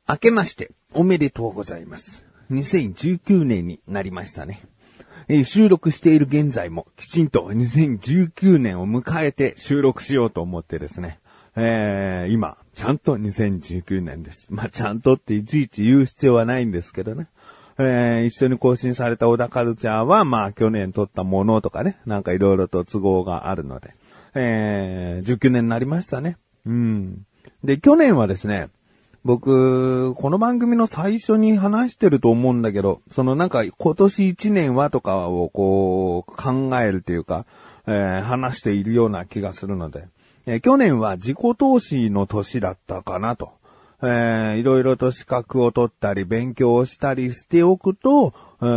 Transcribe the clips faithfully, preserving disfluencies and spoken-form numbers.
明けましておめでとうございます。にせんじゅうきゅうねんになりましたね。えー、収録している現在もきちんとにせんじゅうきゅうねんを迎えて収録しようと思ってですね。えー、今、ちゃんとにせんじゅうきゅうねんです。まあ、ちゃんとっていちいち言う必要はないんですけどね。えー、一緒に更新された小田カルチャーは、まあ、去年撮ったものとかね、なんかいろいろと都合があるので、えー、じゅうきゅうねんになりましたね。うん。で、去年はですね、僕、この番組の最初に話してると思うんだけど、そのなんか今年いちねんはとかをこう考えるというか、えー、話しているような気がするので、えー、去年は自己投資の年だったかなと。えー、いろいろと資格を取ったり勉強をしたりしておくと、うん、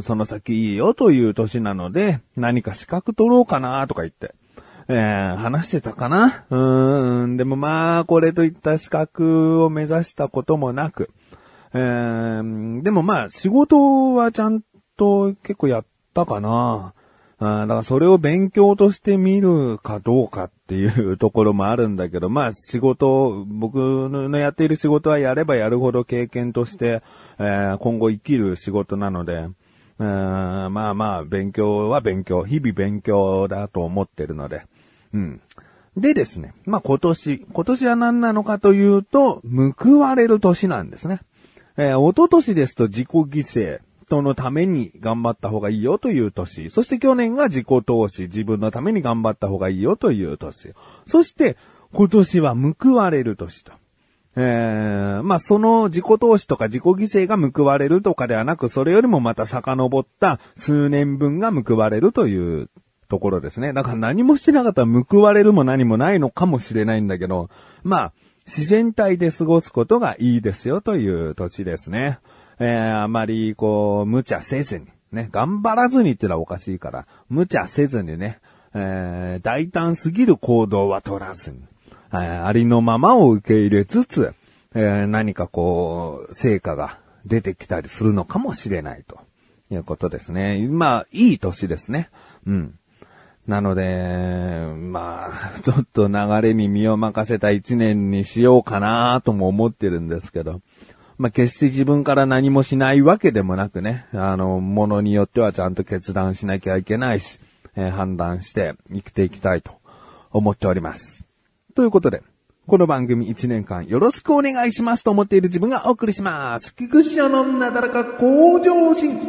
その先いいよという年なので、何か資格取ろうかなとか言って。えー、話してたかなうーん。でもまあ、これといった資格を目指したこともなく。えー、でもまあ、仕事はちゃんと結構やったかなあだからそれを勉強として見るかどうかっていうところもあるんだけど、まあ仕事、僕のやっている仕事はやればやるほど経験として、えー、今後生きる仕事なので、えー、まあまあ、勉強は勉強、日々勉強だと思ってるので、うん。でですね、まあ今年、今年は何なのかというと、報われる年なんですね。えー、一昨年ですと自己犠牲、人のために頑張った方がいいよという年。そして去年が自己投資、自分のために頑張った方がいいよという年。そして今年は報われる年と。えー、まあその自己投資とか自己犠牲が報われるとかではなく、それよりもまた遡った数年分が報われるというところですね。だから何もしてなかったら報われるも何もないのかもしれないんだけど、まあ自然体で過ごすことがいいですよという年ですね。えー、あまりこう無茶せずにね、頑張らずにってのはおかしいから、無茶せずにね、えー、大胆すぎる行動は取らずに、えー、ありのままを受け入れつつ、えー、何かこう成果が出てきたりするのかもしれないということですね。まあいい年ですね。うん。なので、まあ、ちょっと流れに身を任せた一年にしようかなとも思ってるんですけど、まあ、決して自分から何もしないわけでもなくね、あの、ものによってはちゃんと決断しなきゃいけないし、えー、判断して生きていきたいと思っております。ということで、この番組いちねんかんよろしくお願いしますと思っている自分がお送りします。菊池のなだらか向上心。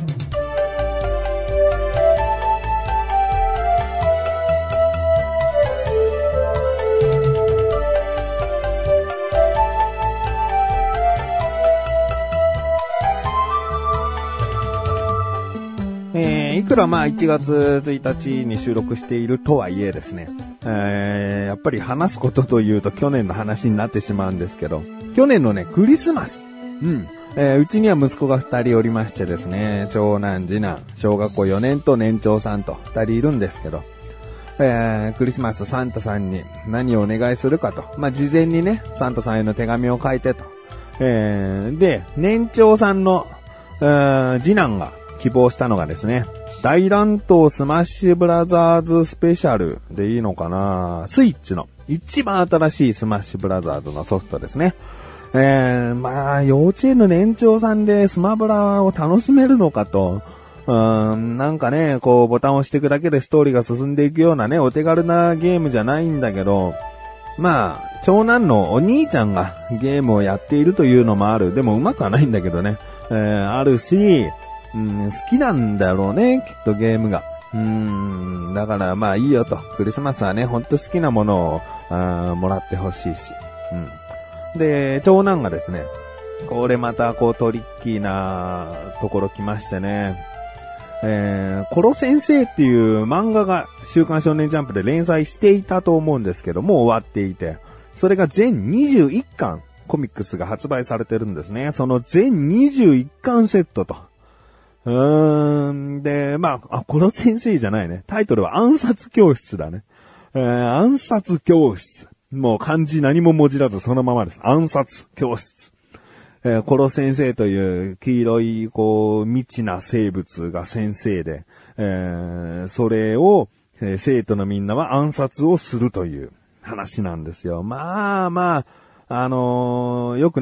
えー、いくらまあいちがつついたちに収録しているとはいえですね、えー、やっぱり話すことというと去年の話になってしまうんですけど、去年のね、クリスマス。うん。えー、うちには息子がふたりおりましてですね、長男、次男、小学校よねんと年長さんとふたりいるんですけど、えー、クリスマスサンタさんに何をお願いするかと。まあ、事前にね、サンタさんへの手紙を書いてと。えー、で、年長さんの、えー、次男が、希望したのがですね、大乱闘スマッシュブラザーズスペシャルでいいのかな、スイッチの一番新しいスマッシュブラザーズのソフトですね。えー、まあ幼稚園の年長さんでスマブラを楽しめるのかと、うーん、なんかね、こうボタンを押していくだけでストーリーが進んでいくようなね、お手軽なゲームじゃないんだけど、まあ長男のお兄ちゃんがゲームをやっているというのもある。でも上手くはないんだけどね、えー、あるし、うん、好きなんだろうね、きっとゲームが。うん、だからまあいいよと。クリスマスはね、ほんと好きなものをあもらってほしいし。うん。で、長男がですね、これまたこうトリッキーなところ来ましてね、えー、コロ先生っていう漫画が週刊少年ジャンプで連載していたと思うんですけども、終わっていて、それが全にじゅういっかんコミックスが発売されてるんですね。その全にじゅういっかんセットと。うーん。で、まあ、あ、この先生じゃないね。タイトルは暗殺教室だね。えー、暗殺教室。もう漢字何も文字らずそのままです。暗殺教室。えー、コロ先生という黄色い、こう、未知な生物が先生で、えー、それを、えー、生徒のみんなは暗殺をするという話なんですよ。まあまあ、あのー、よくね、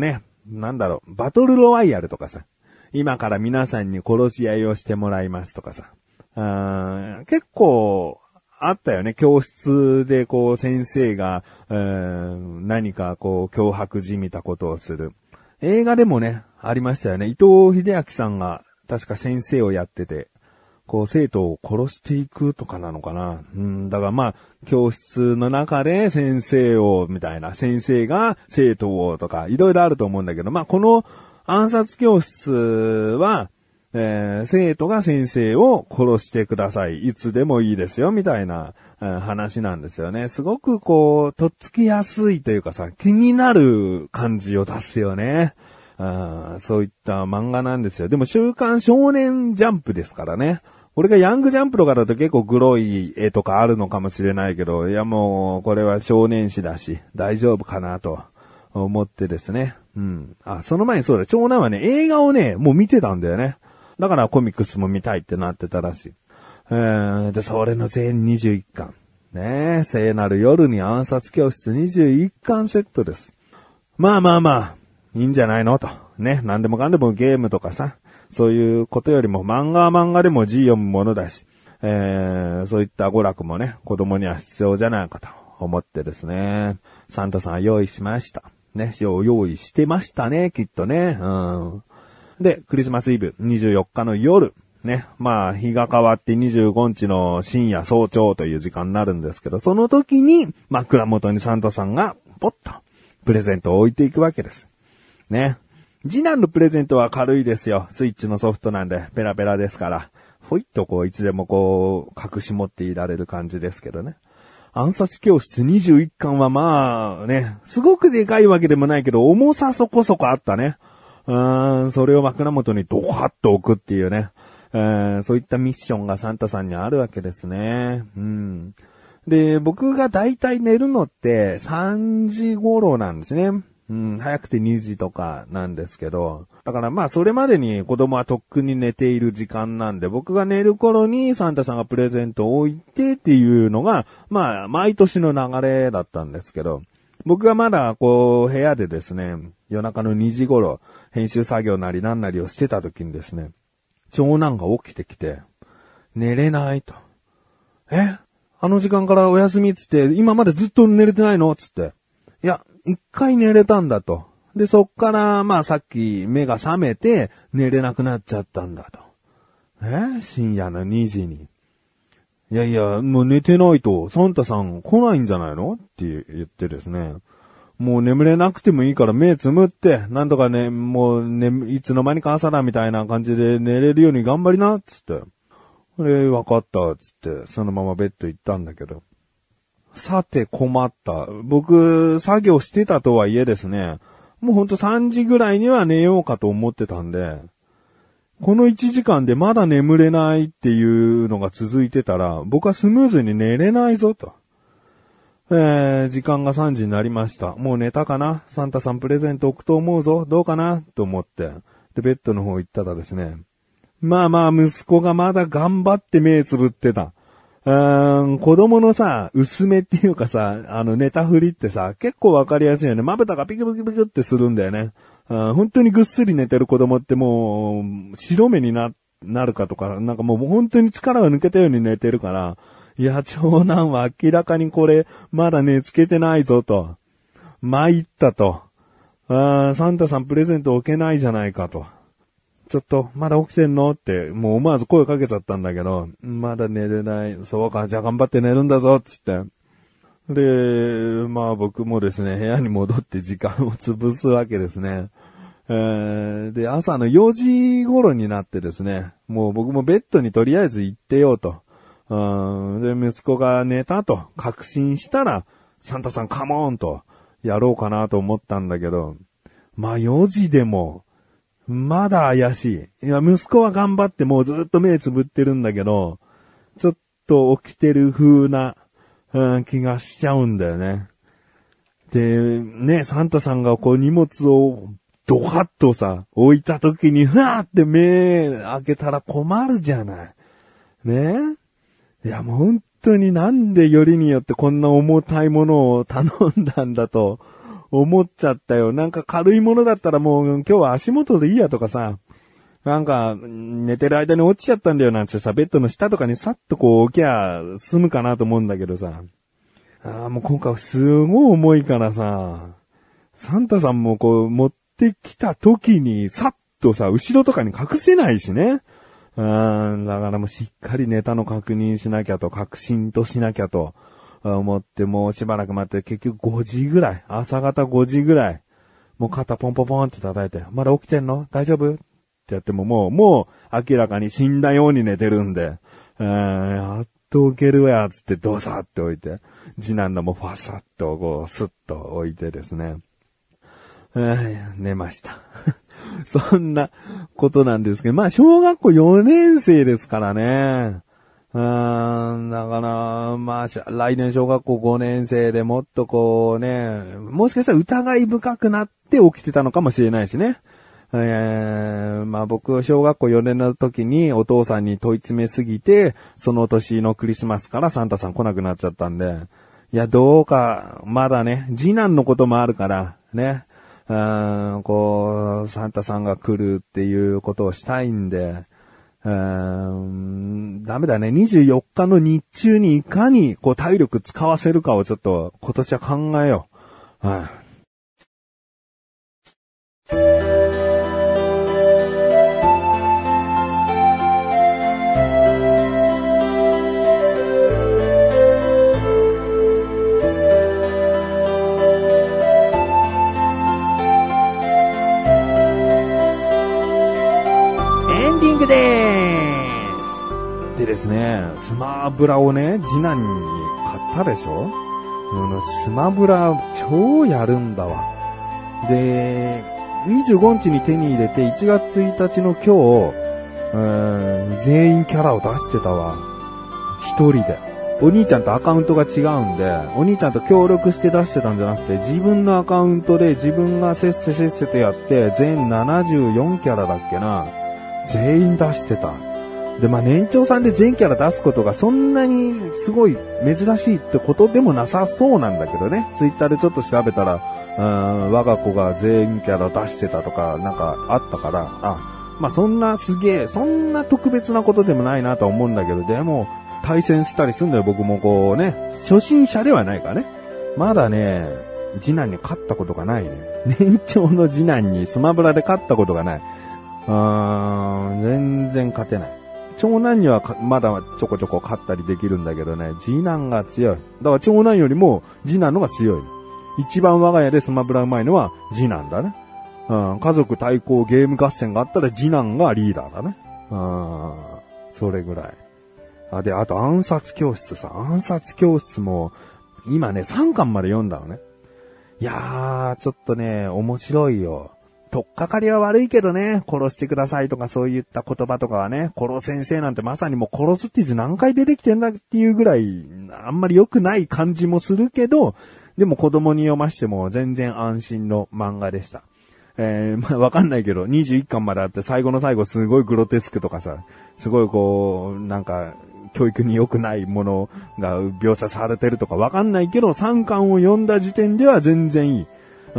なんだろう、バトルロワイヤルとかさ、今から皆さんに殺し合いをしてもらいますとかさ、あ結構あったよね。教室でこう先生が、えー、何かこう脅迫じみたことをする。映画でもね、ありましたよね。伊藤英明さんが確か先生をやってて、こう生徒を殺していくとかなのかな。うん、だからまあ、教室の中で先生を、みたいな、先生が生徒をとか、いろいろあると思うんだけど、まあこの暗殺教室は、えー、生徒が先生を殺してください。いつでもいいですよ、みたいな、えー、話なんですよね。すごくこう、とっつきやすいというかさ、気になる感じを出すよね。あそういった漫画なんですよ。でも週刊少年ジャンプですからね。これがヤングジャンプとかだと結構グロい絵とかあるのかもしれないけど、いやもう、これは少年誌だし、大丈夫かなと思ってですね。うん。あ、その前にそうだ、長男はね、映画をね、もう見てたんだよね。だからコミックスも見たいってなってたらしい。えー、で、それの全にじゅういっかん。ねえ、聖なる夜に暗殺教室にじゅういっかんセットです。まあまあまあ、いいんじゃないのと。ね、なんでもかんでもゲームとかさ、そういうことよりも漫画は漫画でも字読むものだし、えー、そういった娯楽もね、子供には必要じゃないかと思ってですね。サンタさん用意しました。ね、用意してましたね、きっとね。うん。で、クリスマスイブにじゅうよっかの夜、ね、まあ日が変わってにじゅうごにちの深夜早朝という時間になるんですけど、その時に枕元にサンタさんがポッとプレゼントを置いていくわけです。ね。次男のプレゼントは軽いですよ。スイッチのソフトなんでペラペラですから、ほいっとこういつでもこう隠し持っていられる感じですけどね。暗殺教室にじゅういっかんはまあね、すごくでかいわけでもないけど重さそこそこあったね。うーん、それを枕元にドカッと置くっていうね、えー、そういったミッションがサンタさんにあるわけですね。うん。で、僕がだいたい寝るのってさんじ頃なんですね。うん、早くてにじとかなんですけど、だからまあそれまでに子供はとっくに寝ている時間なんで、僕が寝る頃にサンタさんがプレゼントを置いてっていうのが、まあ毎年の流れだったんですけど、僕がまだこう部屋でですね、夜中のにじ頃、編集作業なりなんなりをしてた時にですね、長男が起きてきて、寝れないと。え？あの時間からお休みっつって、今までずっと寝れてないのつって。いや、一回寝れたんだと。で、そっから、まあさっき目が覚めて寝れなくなっちゃったんだと。え？深夜のにじに。いやいや、もう寝てないと、サンタさん来ないんじゃないのって言ってですね。もう眠れなくてもいいから目つむって、なんとかね、もうね、いつの間にか朝だみたいな感じで寝れるように頑張りな、つって。で、わかった、つって、そのままベッド行ったんだけど。さて困った。僕、作業してたとはいえですね、もうほんとさんじぐらいには寝ようかと思ってたんで、このいちじかんでまだ眠れないっていうのが続いてたら、僕はスムーズに寝れないぞと。えー、時間がさんじになりました。もう寝たかな？サンタさんプレゼント置くと思うぞ。どうかな？と思って。で、ベッドの方行ったらですね。まあまあ、息子がまだ頑張って目つぶってた。うーん、子供のさ、薄めっていうかさ、あの、寝たふりってさ、結構わかりやすいよね。まぶたがピクピクピクってするんだよね。あ本当にぐっすり寝てる子供ってもう、白目にな、なるかとか、なんかもう本当に力が抜けたように寝てるから、いや、長男は明らかにこれ、まだ寝つけてないぞと。参ったと。あサンタさんプレゼント置けないじゃないかと。ちょっと、まだ起きてんのって、もう思わず声かけちゃったんだけど、まだ寝れない。そうか、じゃあ頑張って寝るんだぞ、つって。で、まあ僕もですね、部屋に戻って時間を潰すわけですね。えー、で、朝のよじ頃になってですね、もう僕もベッドにとりあえず行ってようと。うんで、息子が寝たと確信したら、サンタさんカモーンとやろうかなと思ったんだけど、まあよじでも、まだ怪しい。いや、息子は頑張ってもうずっと目つぶってるんだけど、ちょっと起きてる風な、うん、気がしちゃうんだよね。で、ね、サンタさんがこう荷物をドカッとさ、置いた時に、ふわーって目開けたら困るじゃない。ねいや、もう本当になんでよりによってこんな重たいものを頼んだんだと思っちゃったよ。なんか軽いものだったらもう今日は足元でいいやとかさ、なんか寝てる間に落ちちゃったんだよなんてさ、ベッドの下とかにさっとこう置きゃ済むかなと思うんだけどさ、ああもう今回すごい重いからさ、サンタさんもこう持ってきた時にさっとさ、後ろとかに隠せないしね。うん、だからもうしっかりネタの確認しなきゃと、確信としなきゃと思って、もうしばらく待って、結局ごじぐらい、朝方ごじぐらい、もう肩ポンポンポンって叩いて、まだ起きてんの？大丈夫？ってやってももう、もう明らかに死んだように寝てるんで、うん、やっと起けるわ、つってドサって置いて、次男のもファサッとこう、スッと置いてですね、うん、寝ました。そんなことなんですけど、まあ小学校よねん生ですからね。うーん、だから、まあ来年小学校ごねん生でもっとこうね、もしかしたら疑い深くなって起きてたのかもしれないしね。えー、まあ僕は小学校よねんの時にお父さんに問い詰めすぎて、その年のクリスマスからサンタさん来なくなっちゃったんで、いやどうか、まだね、次男のこともあるから、ね。うーん、こう、サンタさんが来るっていうことをしたいんで、うーん、ダメだね。にじゅうよっかの日中にいかにこう体力使わせるかをちょっと今年は考えよう。はい。でーす。でですね、スマブラをね、次男に買ったでしょ？うん、スマブラ超やるんだわ。で、にじゅうごにちに手に入れていちがつついたちの今日、うーん、全員キャラを出してたわ。一人で。お兄ちゃんとアカウントが違うんで、お兄ちゃんと協力して出してたんじゃなくて、自分のアカウントで自分がせっせせっせとやって、全ななじゅうよんキャラだっけな。全員出してた。で、まあ、年長さんで全キャラ出すことがそんなにすごい珍しいってことでもなさそうなんだけどね。ツイッターでちょっと調べたら、うーん、我が子が全キャラ出してたとか、なんかあったから、あ、まあ、そんなすげえ、そんな特別なことでもないなと思うんだけど、でも、対戦したりすんだよ、僕もこうね。初心者ではないからね。まだね、次男に勝ったことがないね。年長の次男にスマブラで勝ったことがない。うーん、全然勝てない。長男にはまだちょこちょこ勝ったりできるんだけどね、次男が強い。だから長男よりも次男のが強い。一番我が家でスマブラうまいのは次男だね。うん、家族対抗ゲーム合戦があったら次男がリーダーだね。うん、それぐらい。あ、で、あと暗殺教室さ、暗殺教室も今ねさんかんまで読んだのね。いやー、ちょっとね、面白いよ。とっかかりは悪いけどね、殺してくださいとかそういった言葉とかはね、殺先生なんてまさにもう殺すって字何回出てきてんだっていうぐらい、あんまり良くない感じもするけど、でも子供に読ましても全然安心の漫画でした。えー、まあわかんないけど、にじゅういっかんまであって最後の最後すごいグロテスクとかさ、すごいこう、なんか、教育に良くないものが描写されてるとかわかんないけど、さんかんを読んだ時点では全然いい。うん、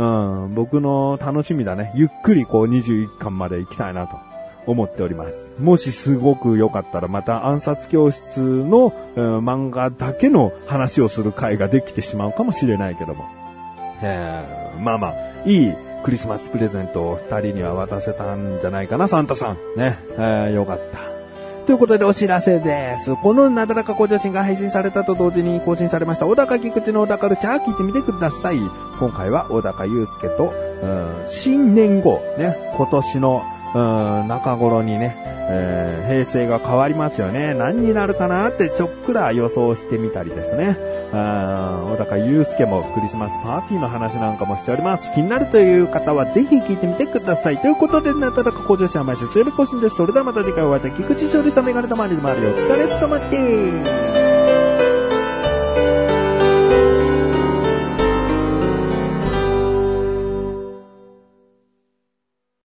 僕の楽しみだね。ゆっくりこうにじゅういっかんまで行きたいなと思っております。もしすごく良かったらまた暗殺教室の、うん、漫画だけの話をする回ができてしまうかもしれないけども。えー、まあまあ、いいクリスマスプレゼントをふたりには渡せたんじゃないかな、サンタさん。ね、えー、よかった。ということでお知らせです。このなだらか向上心が配信されたと同時に更新されました小高菊池の小高ルチャー聞いてみてください。今回は小高祐介と、うん、新年後、ね、今年の、うん、中頃にね、えー、平成が変わりますよね。何になるかなってちょっくら予想してみたりですね。あ小高祐介もクリスマスパーティーの話なんかもしております。気になるという方はぜひ聞いてみてください。ということで、なだらか向上心は毎週水曜日更新です。それではまた次回お会いいたい菊池勝利したメガネたまりでもあるよ。お疲れ様です。